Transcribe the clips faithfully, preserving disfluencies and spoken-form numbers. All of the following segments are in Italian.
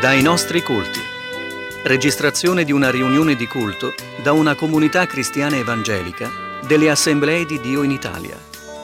dai nostri culti. Registrazione di una riunione di culto da una comunità cristiana evangelica delle Assemblee di Dio in Italia.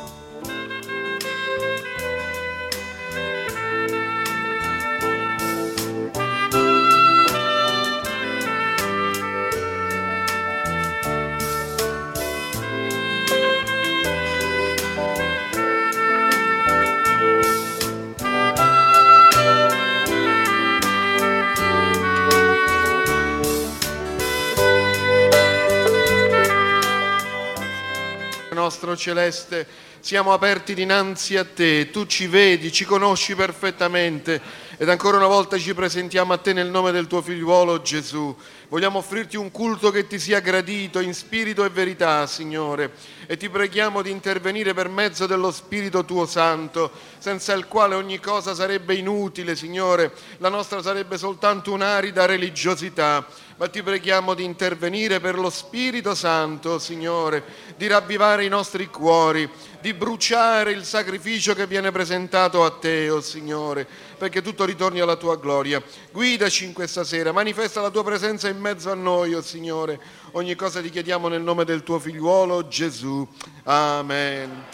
Nostro celeste, siamo aperti dinanzi a te, tu ci vedi, ci conosci perfettamente ed ancora una volta ci presentiamo a te nel nome del tuo figliuolo Gesù. Vogliamo offrirti un culto che ti sia gradito in spirito e verità, Signore, e ti preghiamo di intervenire per mezzo dello Spirito tuo Santo, senza il quale ogni cosa sarebbe inutile, Signore, la nostra sarebbe soltanto un'arida religiosità. Ma ti preghiamo di intervenire per lo Spirito Santo, Signore, di ravvivare i nostri cuori, di bruciare il sacrificio che viene presentato a te, oh Signore, perché tutto ritorni alla tua gloria. Guidaci in questa sera, manifesta la tua presenza in mezzo a noi, oh Signore. Ogni cosa ti chiediamo nel nome del tuo figliuolo Gesù. Amen.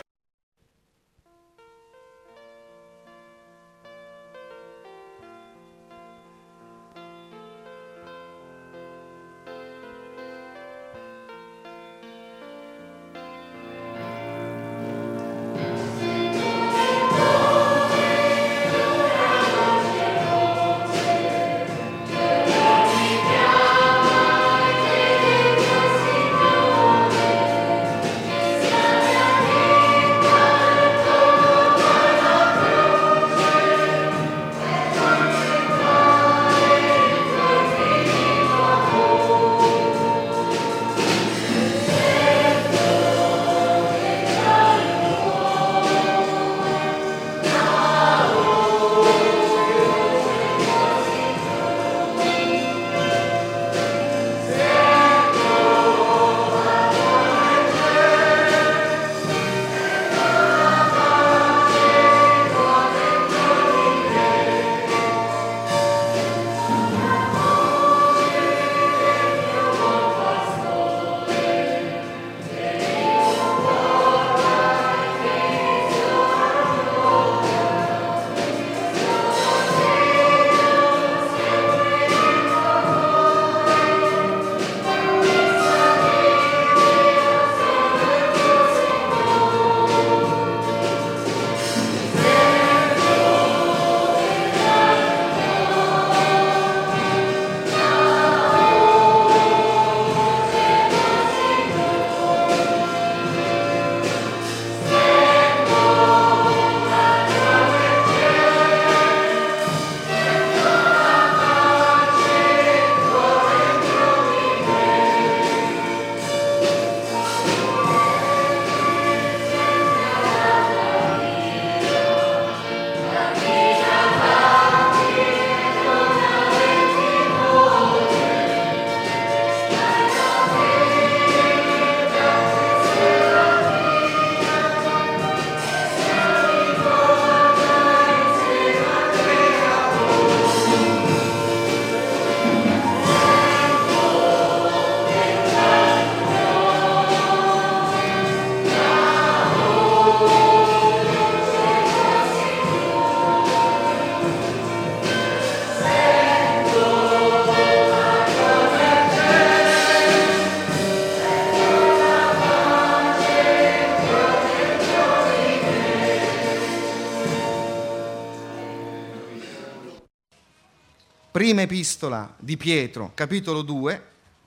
Prima epistola di Pietro, capitolo due,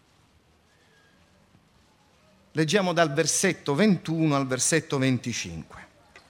leggiamo dal versetto ventuno al versetto venticinque.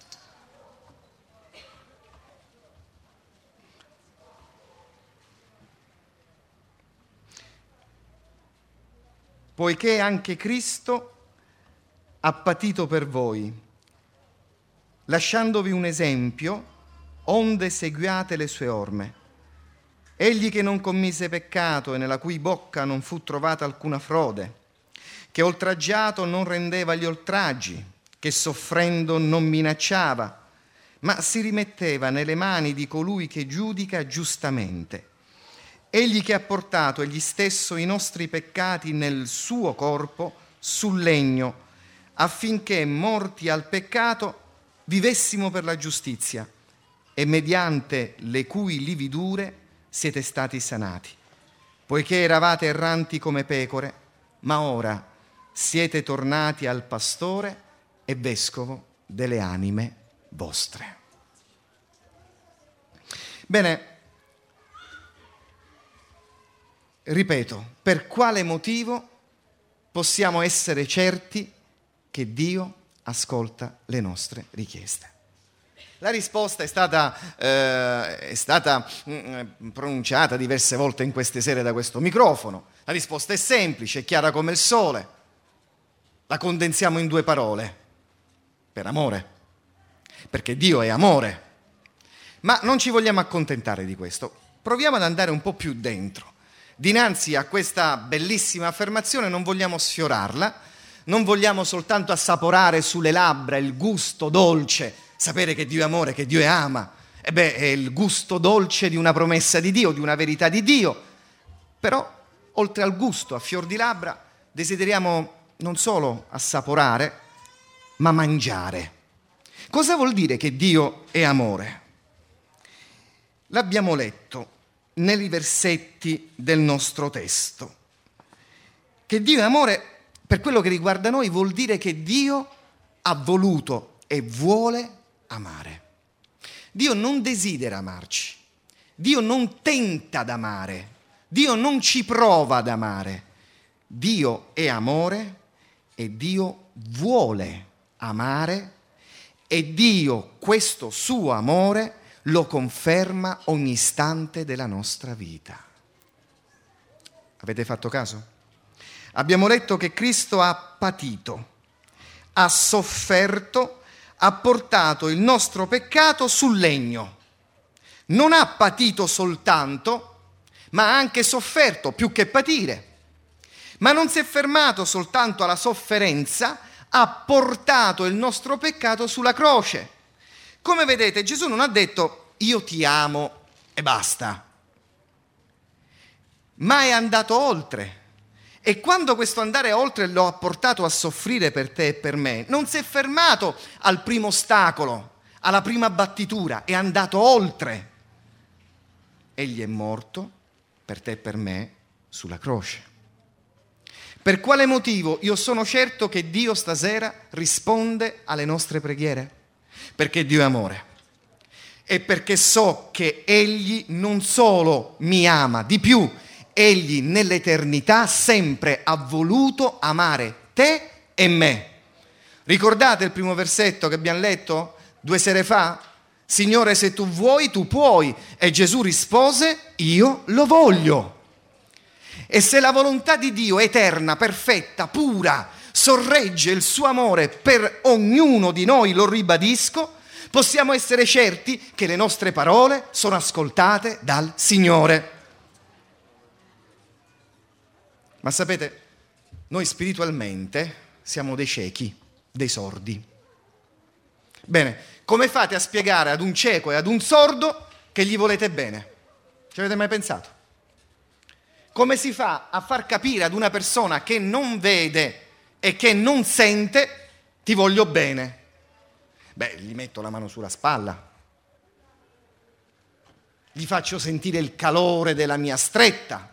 Poiché anche Cristo ha patito per voi, lasciandovi un esempio, onde seguiate le sue orme. Egli che non commise peccato e nella cui bocca non fu trovata alcuna frode, che oltraggiato non rendeva gli oltraggi, che soffrendo non minacciava, ma si rimetteva nelle mani di colui che giudica giustamente. egli che ha portato egli stesso i nostri peccati nel suo corpo sul legno, affinché, morti al peccato, vivessimo per la giustizia, e mediante le cui lividure siete stati sanati, poiché eravate erranti come pecore, ma ora siete tornati al pastore e vescovo delle anime vostre. Bene, ripeto, per quale motivo possiamo essere certi che Dio ascolta le nostre richieste? La risposta è stata, eh, è stata mh, pronunciata diverse volte in queste sere da questo microfono. La risposta è semplice, è chiara come il sole. La condensiamo in due parole: per amore, perché Dio è amore. Ma non ci vogliamo accontentare di questo. Proviamo ad andare un po' più dentro. Dinanzi a questa bellissima affermazione non vogliamo sfiorarla, non vogliamo soltanto assaporare sulle labbra il gusto dolce, sapere che Dio è amore, che Dio è ama. E beh, è il gusto dolce di una promessa di Dio, di una verità di Dio. Però, oltre al gusto a fior di labbra, desideriamo non solo assaporare, ma mangiare. Cosa vuol dire che Dio è amore? L'abbiamo letto nei versetti del nostro testo. Che Dio è amore, per quello che riguarda noi, vuol dire che Dio ha voluto e vuole amare. Dio non desidera amarci, Dio non tenta ad amare, Dio non ci prova ad amare. Dio è amore e Dio vuole amare, e Dio questo suo amore lo conferma ogni istante della nostra vita. Avete fatto caso? Abbiamo letto che Cristo ha patito, ha sofferto, ha portato il nostro peccato sul legno. Non ha patito soltanto, ma ha anche sofferto, più che patire. Ma non si è fermato soltanto alla sofferenza, ha portato il nostro peccato sulla croce. Come vedete, Gesù non ha detto io ti amo e basta, ma è andato oltre. E quando questo andare oltre lo ha portato a soffrire per te e per me, non si è fermato al primo ostacolo, alla prima battitura, è andato oltre. Egli è morto per te e per me sulla croce. Per quale motivo io sono certo che Dio stasera risponde alle nostre preghiere? Perché Dio è amore. E perché so che Egli non solo mi ama, di più, Egli nell'eternità sempre ha voluto amare te e me. Ricordate il primo versetto che abbiamo letto due sere fa? Signore, se tu vuoi, tu puoi. E Gesù rispose, io lo voglio. E se la volontà di Dio eterna, perfetta, pura, sorregge il suo amore per ognuno di noi, lo ribadisco, possiamo essere certi che le nostre parole sono ascoltate dal Signore. Ma sapete, noi spiritualmente siamo dei ciechi, dei sordi. Bene, come fate a spiegare ad un cieco e ad un sordo che gli volete bene? Ci avete mai pensato? Come si fa a far capire ad una persona che non vede e che non sente ti voglio bene? Beh, gli metto la mano sulla spalla, gli faccio sentire il calore della mia stretta.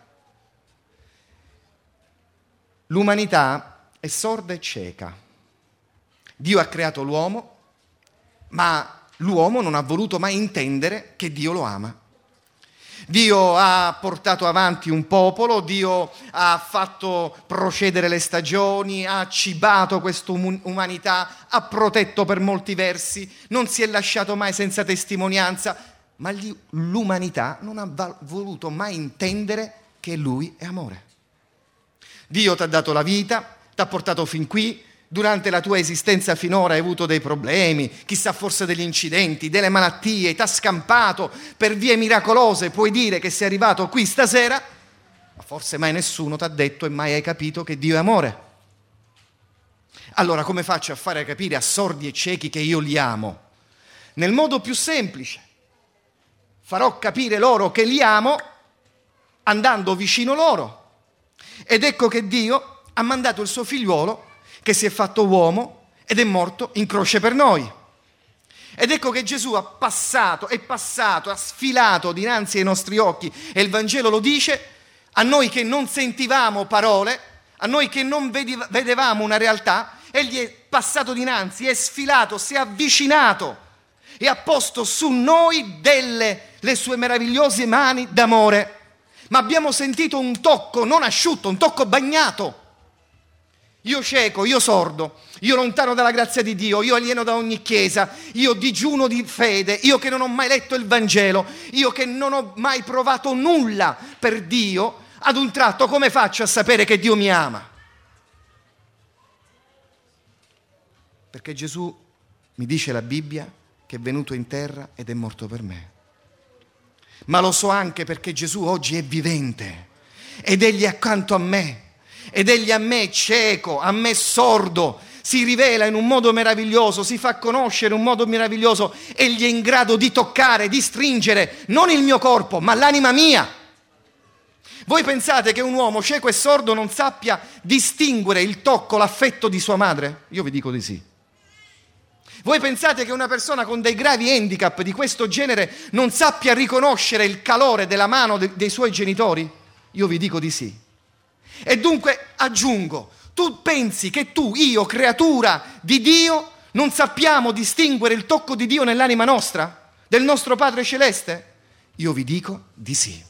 L'umanità è sorda e cieca. Dio ha creato l'uomo, ma l'uomo non ha voluto mai intendere che Dio lo ama. Dio ha portato avanti un popolo, Dio ha fatto procedere le stagioni, ha cibato questa umanità, ha protetto per molti versi, non si è lasciato mai senza testimonianza, ma gli, l'umanità non ha val- voluto mai intendere che Lui è amore. Dio ti ha dato la vita, ti ha portato fin qui. Durante la tua esistenza finora hai avuto dei problemi, chissà forse degli incidenti, delle malattie, ti ha scampato per vie miracolose, puoi dire che sei arrivato qui stasera, ma forse mai nessuno ti ha detto e mai hai capito che Dio è amore. Allora come faccio a fare capire a sordi e ciechi che io li amo? Nel modo più semplice, farò capire loro che li amo andando vicino loro. Ed ecco che Dio ha mandato il suo figliuolo che si è fatto uomo ed è morto in croce per noi. Ed ecco che Gesù ha passato, è passato, ha sfilato dinanzi ai nostri occhi, e il Vangelo lo dice, a noi che non sentivamo parole, a noi che non vedevamo una realtà, egli è passato dinanzi, è sfilato, si è avvicinato e ha posto su noi delle, le sue meravigliose mani d'amore. Ma abbiamo sentito un tocco non asciutto, un tocco bagnato. Io cieco, io sordo, io lontano dalla grazia di Dio, io alieno da ogni chiesa, io digiuno di fede, io che non ho mai letto il Vangelo, io che non ho mai provato nulla per Dio, ad un tratto come faccio a sapere che Dio mi ama? Perché Gesù, mi dice la Bibbia, che è venuto in terra ed è morto per me. Ma lo so anche perché Gesù oggi è vivente ed egli è accanto a me. Ed egli a me cieco, a me sordo, si rivela in un modo meraviglioso, si fa conoscere in un modo meraviglioso. Egli è in grado di toccare, di stringere non il mio corpo, ma l'anima mia. Voi pensate che un uomo cieco e sordo non sappia distinguere il tocco, l'affetto di sua madre? Io vi dico di sì. Voi pensate che una persona con dei gravi handicap di questo genere non sappia riconoscere il calore della mano de- dei suoi genitori? Io vi dico di sì. E dunque aggiungo, tu pensi che tu, io, creatura di Dio, non sappiamo distinguere il tocco di Dio nell'anima nostra, del nostro Padre Celeste? Io vi dico di sì.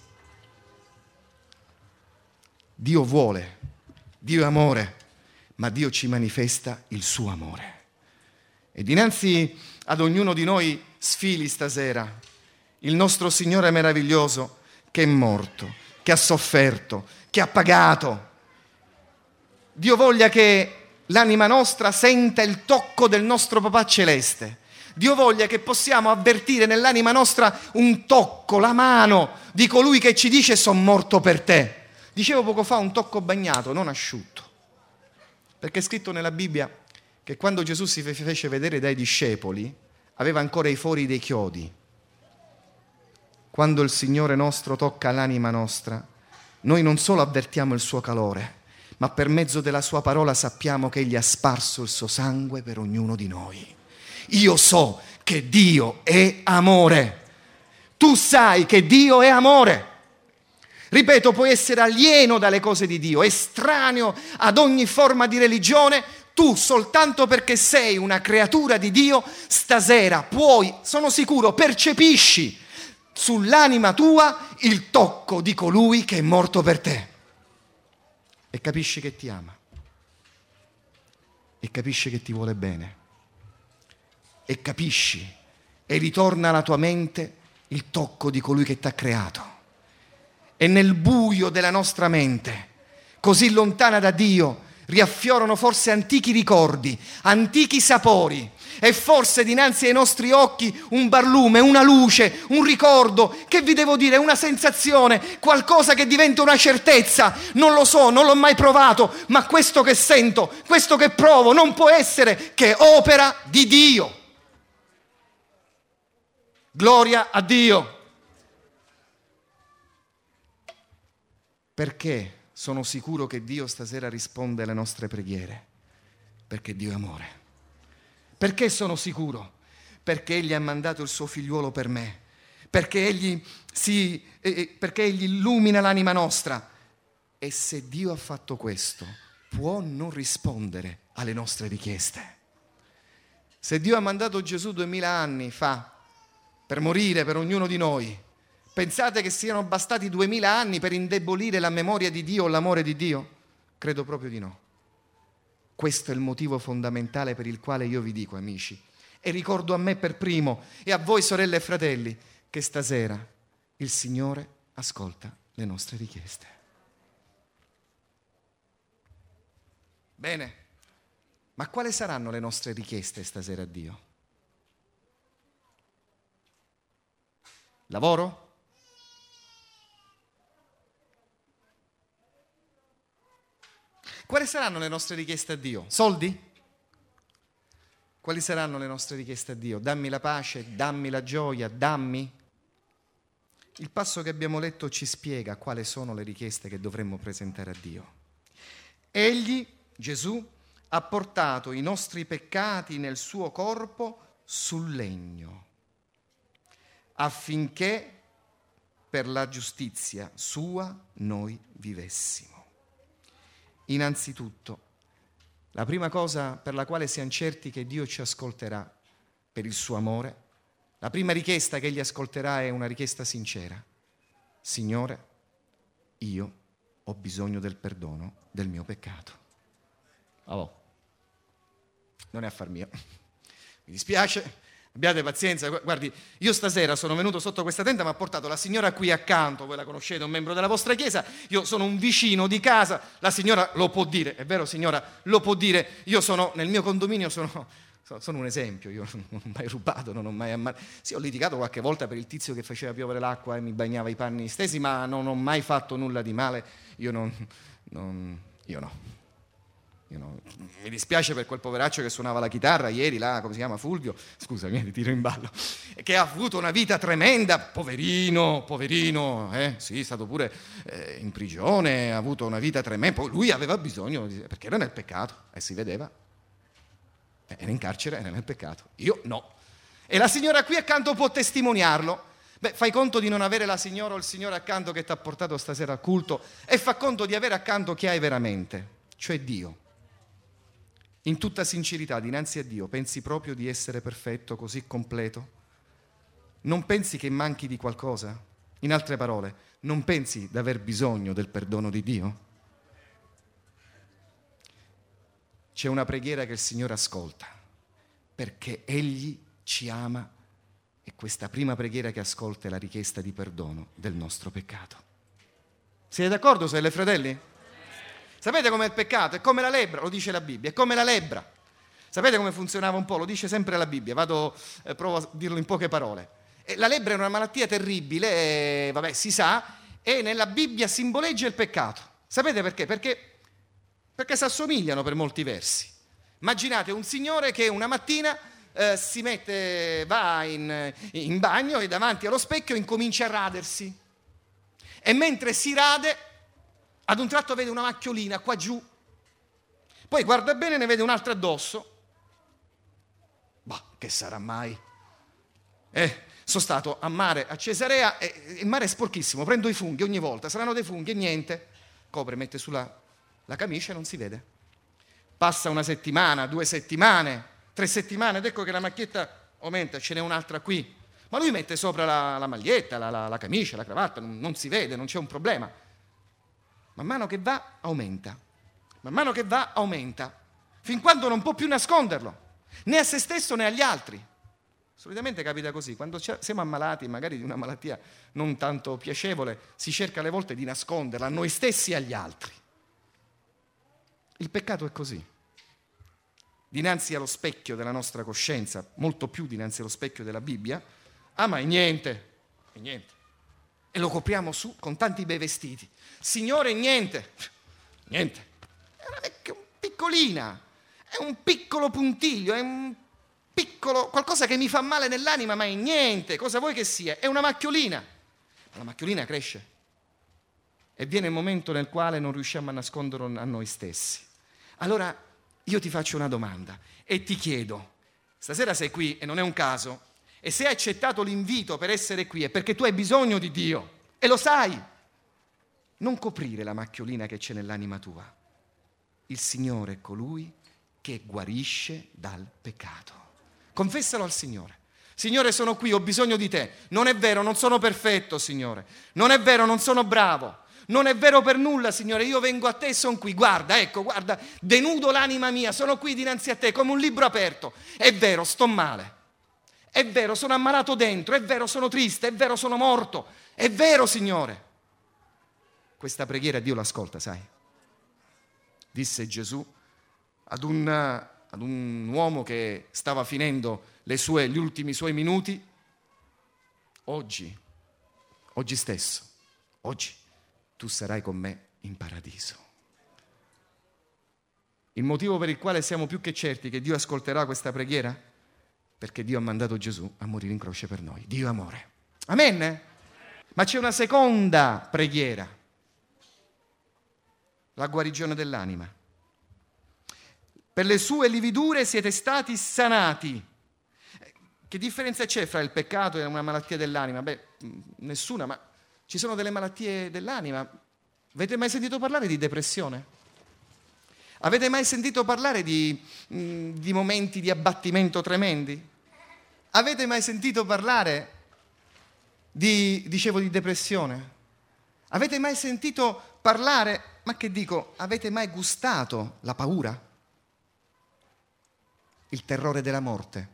Dio vuole, Dio è amore, ma Dio ci manifesta il suo amore. E dinanzi ad ognuno di noi sfili stasera il nostro Signore meraviglioso che è morto, che ha sofferto, che ha pagato. Dio voglia che l'anima nostra senta il tocco del nostro Papà Celeste. Dio voglia che possiamo avvertire nell'anima nostra un tocco, la mano di colui che ci dice son morto per te. Dicevo poco fa un tocco bagnato, non asciutto. Perché è scritto nella Bibbia che quando Gesù si fece vedere dai discepoli aveva ancora i fori dei chiodi. Quando il Signore nostro tocca l'anima nostra, noi non solo avvertiamo il suo calore, ma per mezzo della sua parola sappiamo che egli ha sparso il suo sangue per ognuno di noi. Io so che Dio è amore. Tu sai che Dio è amore. Ripeto, puoi essere alieno dalle cose di Dio, estraneo ad ogni forma di religione. Tu, soltanto perché sei una creatura di Dio, stasera puoi, sono sicuro, percepisci sull'anima tua il tocco di colui che è morto per te. E capisci che ti ama. E capisci che ti vuole bene. E capisci e ritorna alla tua mente il tocco di colui che ti ha creato. E nel buio della nostra mente, così lontana da Dio, riaffiorano forse antichi ricordi, antichi sapori, e forse dinanzi ai nostri occhi un barlume, una luce, un ricordo, che vi devo dire, una sensazione, qualcosa che diventa una certezza. Non lo so, non l'ho mai provato, ma questo che sento, questo che provo non può essere che opera di Dio. Gloria a Dio. Perché sono sicuro che Dio stasera risponde alle nostre preghiere? Perché Dio è amore. Perché sono sicuro? Perché Egli ha mandato il suo figliuolo per me, perché Egli, si, eh, perché Egli illumina l'anima nostra. E se Dio ha fatto questo, può non rispondere alle nostre richieste. Se Dio ha mandato Gesù duemila anni fa per morire per ognuno di noi, pensate che siano bastati duemila anni per indebolire la memoria di Dio o l'amore di Dio? Credo proprio di no. Questo è il motivo fondamentale per il quale io vi dico, amici, e ricordo a me per primo e a voi sorelle e fratelli, che stasera il Signore ascolta le nostre richieste. Bene, ma quali saranno le nostre richieste stasera a Dio? Lavoro? Quali saranno le nostre richieste a Dio? Soldi? Quali saranno le nostre richieste a Dio? Dammi la pace, dammi la gioia, dammi. Il passo che abbiamo letto ci spiega quali sono le richieste che dovremmo presentare a Dio. Egli, Gesù, ha portato i nostri peccati nel suo corpo sul legno, affinché per la giustizia sua noi vivessimo. Innanzitutto, la prima cosa per la quale siamo certi che Dio ci ascolterà per il suo amore, la prima richiesta che Egli ascolterà è una richiesta sincera. Signore, io ho bisogno del perdono del mio peccato. Oh. Non è affar mio. Mi dispiace, abbiate pazienza. Guardi, io stasera sono venuto sotto questa tenda, mi ha portato la signora qui accanto, voi la conoscete, un membro della vostra chiesa, io sono un vicino di casa, la signora lo può dire, è vero signora, lo può dire, io sono, nel mio condominio sono, sono un esempio, io non ho mai rubato, non ho mai ammazzato, sì ho litigato qualche volta per il tizio che faceva piovere l'acqua e mi bagnava i panni stesi, ma non ho mai fatto nulla di male, io non, non io no. You know, mi dispiace per quel poveraccio che suonava la chitarra ieri, là, come si chiama, Fulvio, scusa, mi tiro in ballo, che ha avuto una vita tremenda, poverino, poverino, eh, sì, è stato pure eh, in prigione, ha avuto una vita tremenda, poi lui aveva bisogno, perché era nel peccato, e eh, si vedeva, era in carcere, era nel peccato, io no. E la signora qui accanto può testimoniarlo. Beh, fai conto di non avere la signora o il signore accanto che ti ha portato stasera al culto e fa conto di avere accanto chi hai veramente, cioè Dio. In tutta sincerità, dinanzi a Dio, pensi proprio di essere perfetto, così completo? Non pensi che manchi di qualcosa? In altre parole, non pensi di aver bisogno del perdono di Dio? C'è una preghiera che il Signore ascolta, perché Egli ci ama e questa prima preghiera che ascolta è la richiesta di perdono del nostro peccato. Siete d'accordo, sorelle e fratelli? Sapete com'è il peccato? È come la lebbra, lo dice la Bibbia, è come la lebbra. Sapete come funzionava un po'? Lo dice sempre la Bibbia, vado, eh, provo a dirlo in poche parole. E la lebbra è una malattia terribile, eh, vabbè, si sa, e nella Bibbia simboleggia il peccato. Sapete perché? Perché, perché si assomigliano per molti versi. Immaginate un signore che una mattina eh, si mette, va in, in bagno e davanti allo specchio incomincia a radersi. E mentre si rade, ad un tratto vede una macchiolina qua giù, poi guarda bene e ne vede un'altra addosso. Bah, che sarà mai? Eh, sono stato a mare a Cesarea e il mare è sporchissimo, prendo i funghi ogni volta, saranno dei funghi e niente. Copre, mette sulla la camicia e non si vede. Passa una settimana, due settimane, tre settimane ed ecco che la macchietta aumenta, ce n'è un'altra qui. Ma lui mette sopra la, la maglietta, la, la, la camicia, la cravatta, non, non si vede, non c'è un problema. Man mano che va, aumenta. Man mano che va, aumenta. Fin quando non può più nasconderlo, né a se stesso né agli altri. Solitamente capita così, quando siamo ammalati, magari di una malattia non tanto piacevole, si cerca alle volte di nasconderla a noi stessi e agli altri. Il peccato è così. Dinanzi allo specchio della nostra coscienza, molto più dinanzi allo specchio della Bibbia, ah ma è niente, è niente. E lo copriamo su con tanti bei vestiti. Signore, niente, niente. È una vecchia, piccolina, è un piccolo puntiglio, è un piccolo, qualcosa che mi fa male nell'anima, ma è niente, cosa vuoi che sia? È una macchiolina. Ma la macchiolina cresce e viene il momento nel quale non riusciamo a nasconderlo a noi stessi. Allora io ti faccio una domanda e ti chiedo, stasera sei qui e non è un caso, e se hai accettato l'invito per essere qui è perché tu hai bisogno di Dio e lo sai. Non coprire la macchiolina che c'è nell'anima tua. Il Signore è colui che guarisce dal peccato. Confessalo al Signore. Signore, sono qui, ho bisogno di te. Non è vero, non sono perfetto, Signore. Non è vero, non sono bravo. Non è vero per nulla, Signore. Io vengo a te e sono qui. Guarda, ecco, guarda, denudo l'anima mia. Sono qui dinanzi a te come un libro aperto. È vero, sto male. È vero, sono ammalato dentro. È vero, sono triste. È vero, sono morto. È vero, Signore. Questa preghiera Dio l'ascolta, sai? Disse Gesù ad un, ad un uomo che stava finendo le sue, gli ultimi suoi minuti: oggi, oggi stesso, oggi tu sarai con me in paradiso. Il motivo per il quale siamo più che certi che Dio ascolterà questa preghiera? Perché Dio ha mandato Gesù a morire in croce per noi. Dio è amore. Amen? Ma c'è una seconda preghiera, la guarigione dell'anima. Per le sue lividure siete stati sanati. Che differenza c'è fra il peccato e una malattia dell'anima? Beh, nessuna, ma ci sono delle malattie dell'anima. Avete mai sentito parlare di depressione? Avete mai sentito parlare di, mh, di momenti di abbattimento tremendi? Avete mai sentito parlare di, dicevo, di depressione? Avete mai sentito parlare, ma che dico, avete mai gustato la paura? Il terrore della morte?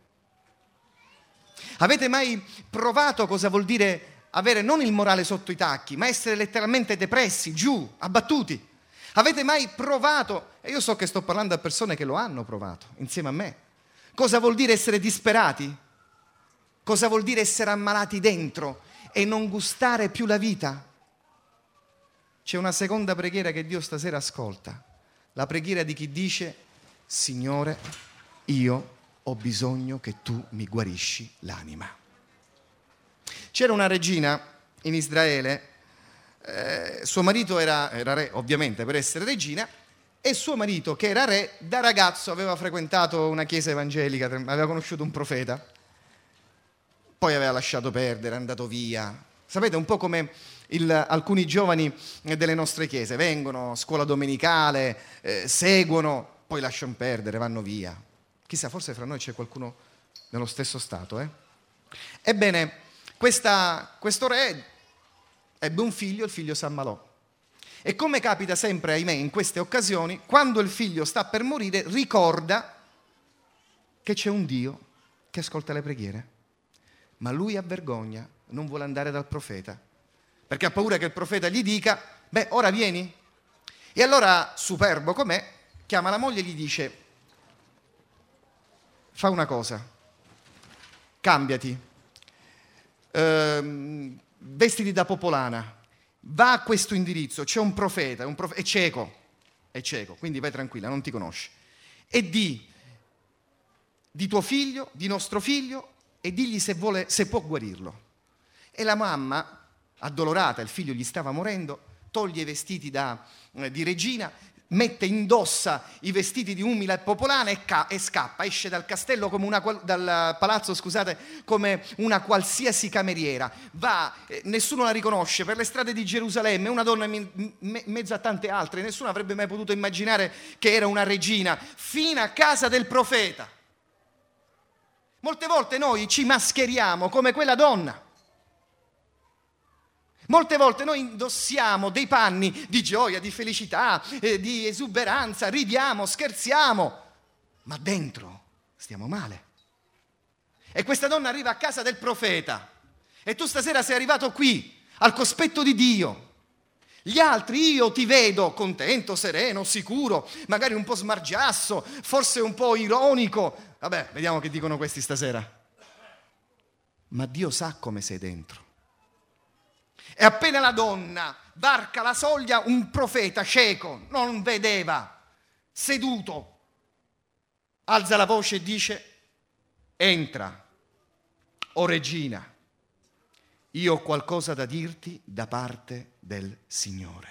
Avete mai provato cosa vuol dire avere non il morale sotto i tacchi, ma essere letteralmente depressi, giù, abbattuti? Avete mai provato, e io so che sto parlando a persone che lo hanno provato insieme a me, cosa vuol dire essere disperati? Cosa vuol dire essere ammalati dentro e non gustare più la vita? C'è una seconda preghiera che Dio stasera ascolta, la preghiera di chi dice: Signore, io ho bisogno che tu mi guarisci l'anima. C'era una regina in Israele, eh, suo marito era, era re, ovviamente, per essere regina, e suo marito, che era re, da ragazzo aveva frequentato una chiesa evangelica, aveva conosciuto un profeta, poi aveva lasciato perdere, è andato via. Sapete, un po' come il, alcuni giovani delle nostre chiese, vengono a scuola domenicale, eh, seguono, poi lasciano perdere, vanno via. Chissà, forse fra noi c'è qualcuno nello stesso stato, eh? Ebbene, questa, questo re ebbe un figlio, il figlio si ammalò. E come capita sempre, ahimè, in queste occasioni, quando il figlio sta per morire, ricorda che c'è un Dio che ascolta le preghiere. Ma lui ha vergogna, non vuole andare dal profeta, perché ha paura che il profeta gli dica: beh, ora vieni. E allora, superbo com'è, chiama la moglie e gli dice: fa una cosa, cambiati, ehm, vestiti da popolana, va a questo indirizzo, c'è un profeta, un profe- è cieco, è cieco, quindi vai tranquilla, non ti conosce, e di, di tuo figlio, di nostro figlio, e digli se, vuole, se può guarirlo. E la mamma, addolorata, il figlio gli stava morendo, toglie i vestiti da, eh, di regina, mette, indossa i vestiti di umile e popolana e, ca- e scappa, esce dal castello come una, dal palazzo, scusate, come una qualsiasi cameriera, va, eh, nessuno la riconosce, per le strade di Gerusalemme, una donna in me- mezzo a tante altre, nessuno avrebbe mai potuto immaginare che era una regina, fino a casa del profeta. Molte volte noi ci mascheriamo come quella donna. Molte volte noi indossiamo dei panni di gioia, di felicità, eh, di esuberanza, ridiamo, scherziamo, ma dentro stiamo male. E questa donna arriva a casa del profeta e tu stasera sei arrivato qui, al cospetto di Dio. Gli altri io ti vedo contento, sereno, sicuro, magari un po' smargiasso, forse un po' ironico. Vabbè, vediamo che dicono questi stasera. Ma Dio sa come sei dentro. E appena la donna varca la soglia, un profeta cieco, non vedeva, seduto, alza la voce e dice: entra, o regina, io ho qualcosa da dirti da parte del Signore.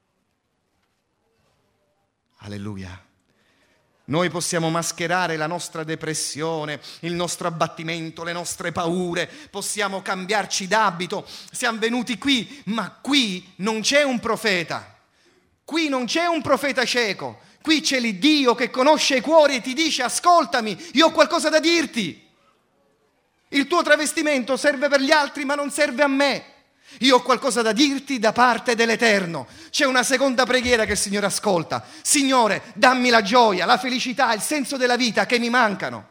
Alleluia. Noi possiamo mascherare la nostra depressione, il nostro abbattimento, le nostre paure, possiamo cambiarci d'abito, siamo venuti qui, ma qui non c'è un profeta, qui non c'è un profeta cieco, qui c'è l'Iddio che conosce i cuori e ti dice: ascoltami, io ho qualcosa da dirti. Il tuo travestimento serve per gli altri, ma non serve a me. Io ho qualcosa da dirti da parte dell'Eterno. C'è una seconda preghiera che il Signore ascolta. Signore, dammi la gioia, la felicità, il senso della vita che mi mancano.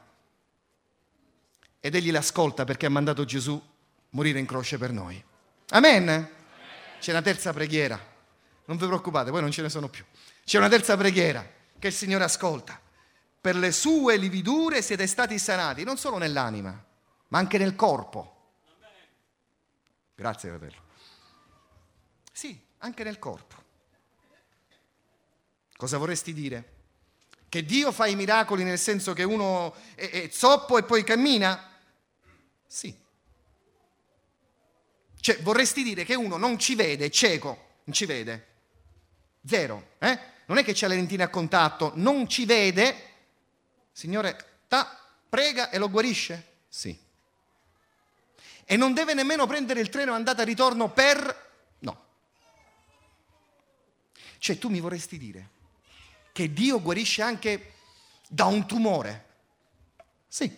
Ed Egli l'ascolta perché ha mandato Gesù morire in croce per noi. Amen? C'è una terza preghiera. Non vi preoccupate, poi non ce ne sono più. C'è una terza preghiera che il Signore ascolta. Per le sue lividure siete stati sanati, non solo nell'anima, ma anche nel corpo. Grazie, fratello. Sì, anche nel corpo. Cosa vorresti dire? Che Dio fa i miracoli nel senso che uno è, è zoppo e poi cammina? Sì. Cioè, vorresti dire che uno non ci vede, è cieco, non ci vede. Zero, eh? Non è che c'ha le lentine a contatto, non ci vede. Signore, ta, prega e lo guarisce? Sì. E non deve nemmeno prendere il treno andata e ritorno per... No. Cioè, tu mi vorresti dire che Dio guarisce anche da un tumore? Sì.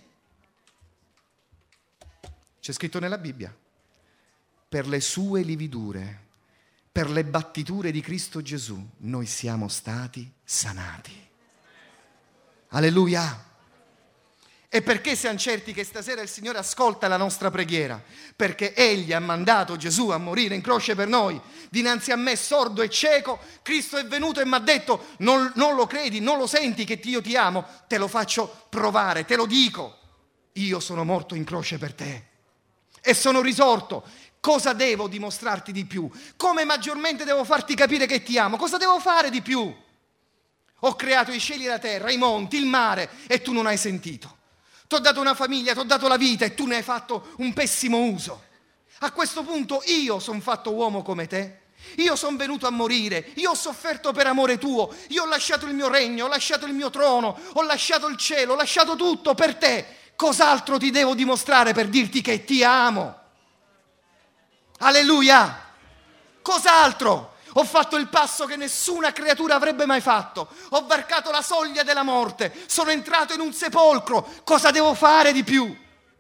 C'è scritto nella Bibbia. Per le sue lividure, per le battiture di Cristo Gesù, noi siamo stati sanati. Alleluia! E perché siamo certi che stasera il Signore ascolta la nostra preghiera? Perché Egli ha mandato Gesù a morire in croce per noi. Dinanzi a me, sordo e cieco, Cristo è venuto e mi ha detto: non, non lo credi, non lo senti che io ti amo? Te lo faccio provare, te lo dico. Io sono morto in croce per te e sono risorto. Cosa devo dimostrarti di più? Come maggiormente devo farti capire che ti amo? Cosa devo fare di più? Ho creato i cieli e la terra, i monti, il mare, e tu non hai sentito. Ti ho dato una famiglia, ti ho dato la vita e tu ne hai fatto un pessimo uso. A questo punto io sono fatto uomo come te. Io sono venuto a morire, io ho sofferto per amore tuo, io ho lasciato il mio regno, ho lasciato il mio trono, ho lasciato il cielo, ho lasciato tutto per te. Cos'altro ti devo dimostrare per dirti che ti amo? Alleluia! Cos'altro? Ho fatto il passo che nessuna creatura avrebbe mai fatto. Ho varcato la soglia della morte. Sono entrato in un sepolcro. Cosa devo fare di più?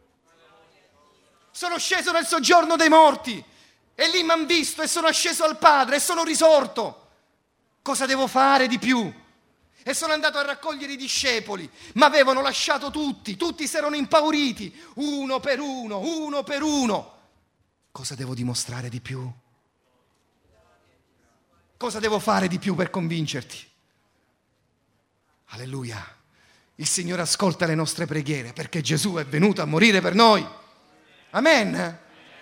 Sono sceso nel soggiorno dei morti e lì mi hanno visto e sono sceso al Padre e sono risorto. Cosa devo fare di più? E sono andato a raccogliere i discepoli, ma avevano lasciato tutti. Tutti si erano impauriti, uno per uno, uno per uno. Cosa devo dimostrare di più? Cosa devo fare di più per convincerti? Alleluia! Il Signore ascolta le nostre preghiere perché Gesù è venuto a morire per noi. Amen!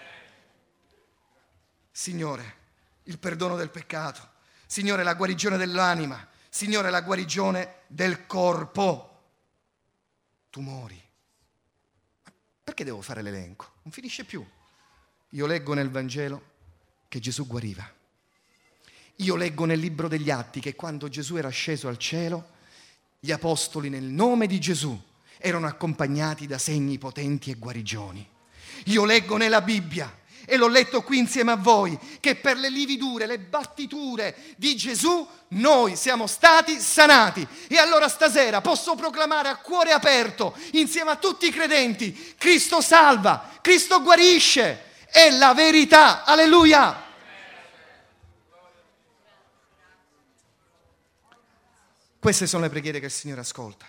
Signore, il perdono del peccato. Signore, la guarigione dell'anima. Signore, la guarigione del corpo. Tumori. Ma perché devo fare l'elenco? Non finisce più. Io leggo nel Vangelo che Gesù guariva. Io leggo nel libro degli Atti che quando Gesù era sceso al cielo, gli apostoli nel nome di Gesù erano accompagnati da segni potenti e guarigioni. Io leggo nella Bibbia, e l'ho letto qui insieme a voi, che per le lividure, le battiture di Gesù noi siamo stati sanati. E allora stasera posso proclamare a cuore aperto, insieme a tutti i credenti: Cristo salva, Cristo guarisce, è la verità. Alleluia! Queste sono le preghiere che il Signore ascolta.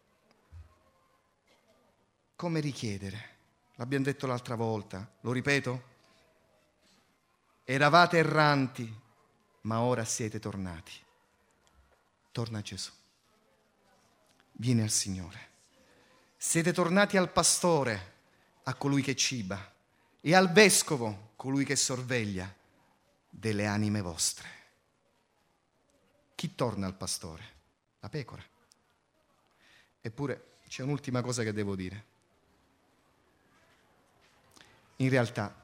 Come richiedere? L'abbiamo detto l'altra volta, lo ripeto? Eravate erranti, ma ora siete tornati. Torna a Gesù. Vieni al Signore. Siete tornati al pastore, a colui che ciba, e al vescovo, colui che sorveglia delle anime vostre. Chi torna al pastore? La pecora. Eppure c'è un'ultima cosa che devo dire. In realtà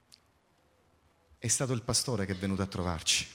è stato il pastore che è venuto a trovarci.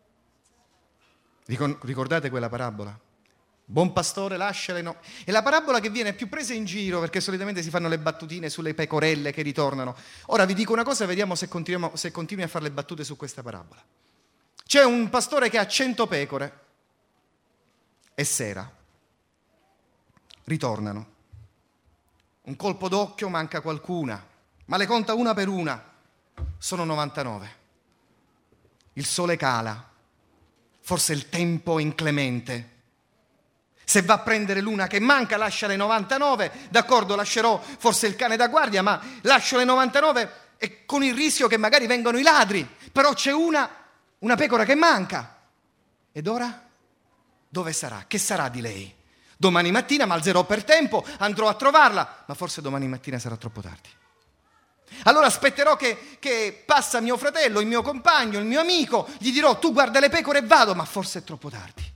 Ricordate quella parabola? Buon pastore lascia le no... È la parabola che viene più presa in giro perché solitamente si fanno le battutine sulle pecorelle che ritornano. Ora vi dico una cosa, vediamo se continuiamo, se continui a fare le battute su questa parabola. C'è un pastore che ha cento pecore. E sera ritornano. Un colpo d'occhio, manca qualcuna, ma le conta una per una. Sono novantanove. Il sole cala. Forse il tempo è inclemente. Se va a prendere l'una che manca, lascia le novantanove. D'accordo, lascerò forse il cane da guardia, ma lascio le novantanove e con il rischio che magari vengano i ladri. Però c'è una, una pecora che manca. Ed ora? Dove sarà? Che sarà di lei? Domani mattina mi alzerò per tempo, andrò a trovarla, ma forse domani mattina sarà troppo tardi. Allora aspetterò che, che passa mio fratello, il mio compagno, il mio amico, gli dirò: tu guarda le pecore e vado, ma forse è troppo tardi.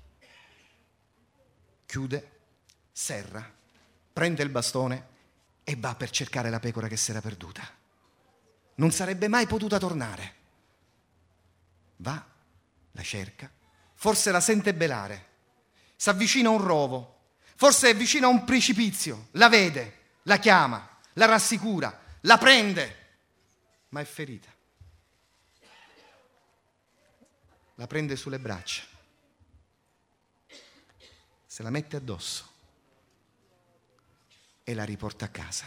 Chiude, serra, prende il bastone e va per cercare la pecora che si era perduta. non sarebbe mai potuta tornare. Va, la cerca, forse la sente belare, si avvicina a un rovo, forse è vicino a un precipizio, la vede, la chiama, la rassicura, la prende, ma è ferita. La prende sulle braccia, se la mette addosso e la riporta a casa.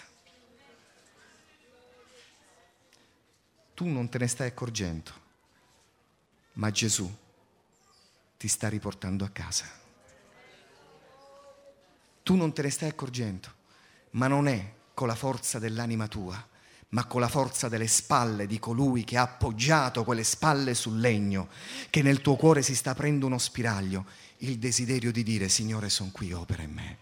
Tu non te ne stai accorgendo, ma Gesù ti sta riportando a casa. Tu non te ne stai accorgendo, ma non è con la forza dell'anima tua, ma con la forza delle spalle di colui che ha appoggiato quelle spalle sul legno, che nel tuo cuore si sta aprendo uno spiraglio, il desiderio di dire: Signore, son qui, opera in me.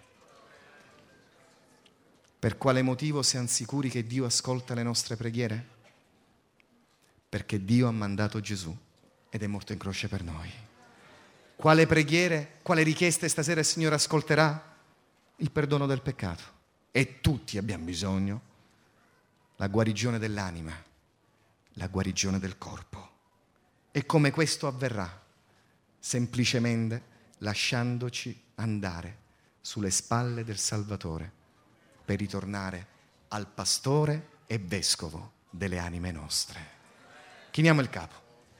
Per quale motivo siamo sicuri che Dio ascolta le nostre preghiere? Perché Dio ha mandato Gesù ed è morto in croce per noi. Quale preghiere, quale richieste stasera il Signore ascolterà? Il perdono del peccato. E tutti abbiamo bisogno. La guarigione dell'anima, la guarigione del corpo. E come questo avverrà? Semplicemente lasciandoci andare sulle spalle del Salvatore per ritornare al pastore e vescovo delle anime nostre. Chiniamo il capo.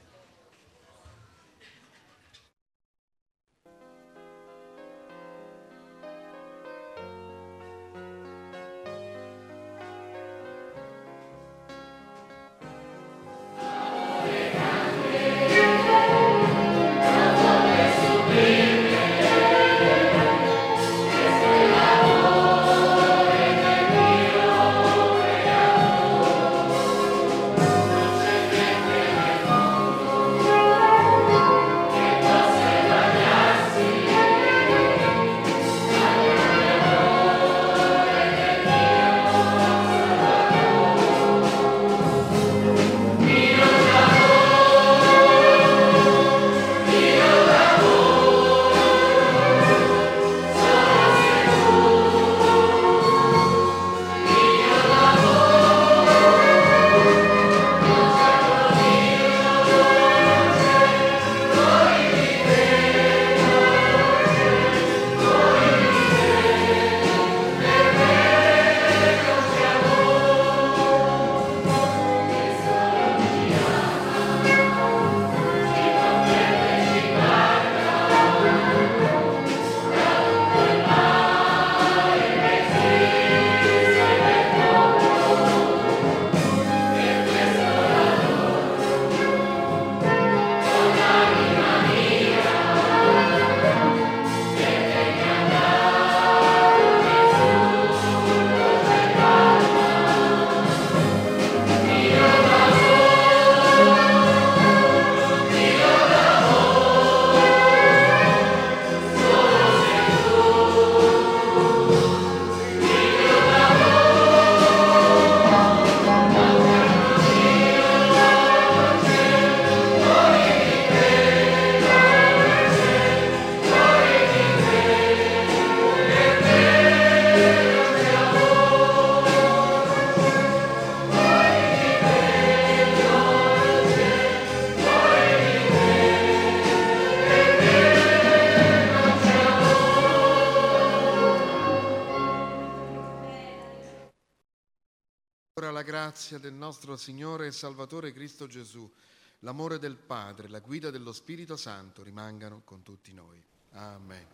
Grazia del nostro Signore e Salvatore Cristo Gesù, l'amore del Padre, la guida dello Spirito Santo rimangano con tutti noi. Amen.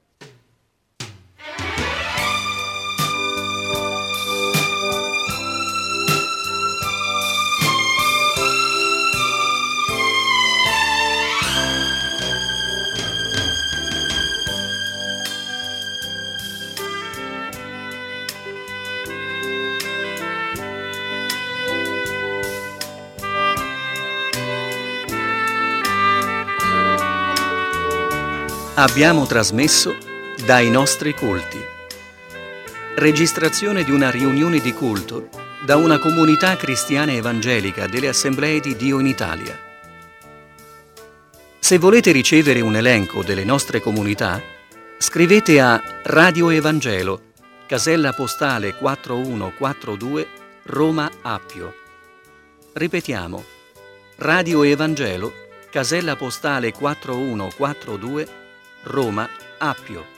Abbiamo trasmesso Dai nostri culti. Registrazione di una riunione di culto da una comunità cristiana evangelica delle Assemblee di Dio in Italia. Se volete ricevere un elenco delle nostre comunità, scrivete a Radio Evangelo, casella postale quattro uno quattro due, Roma Appio. Ripetiamo. Radio Evangelo, casella postale quattro uno quattro due, Roma, Appio.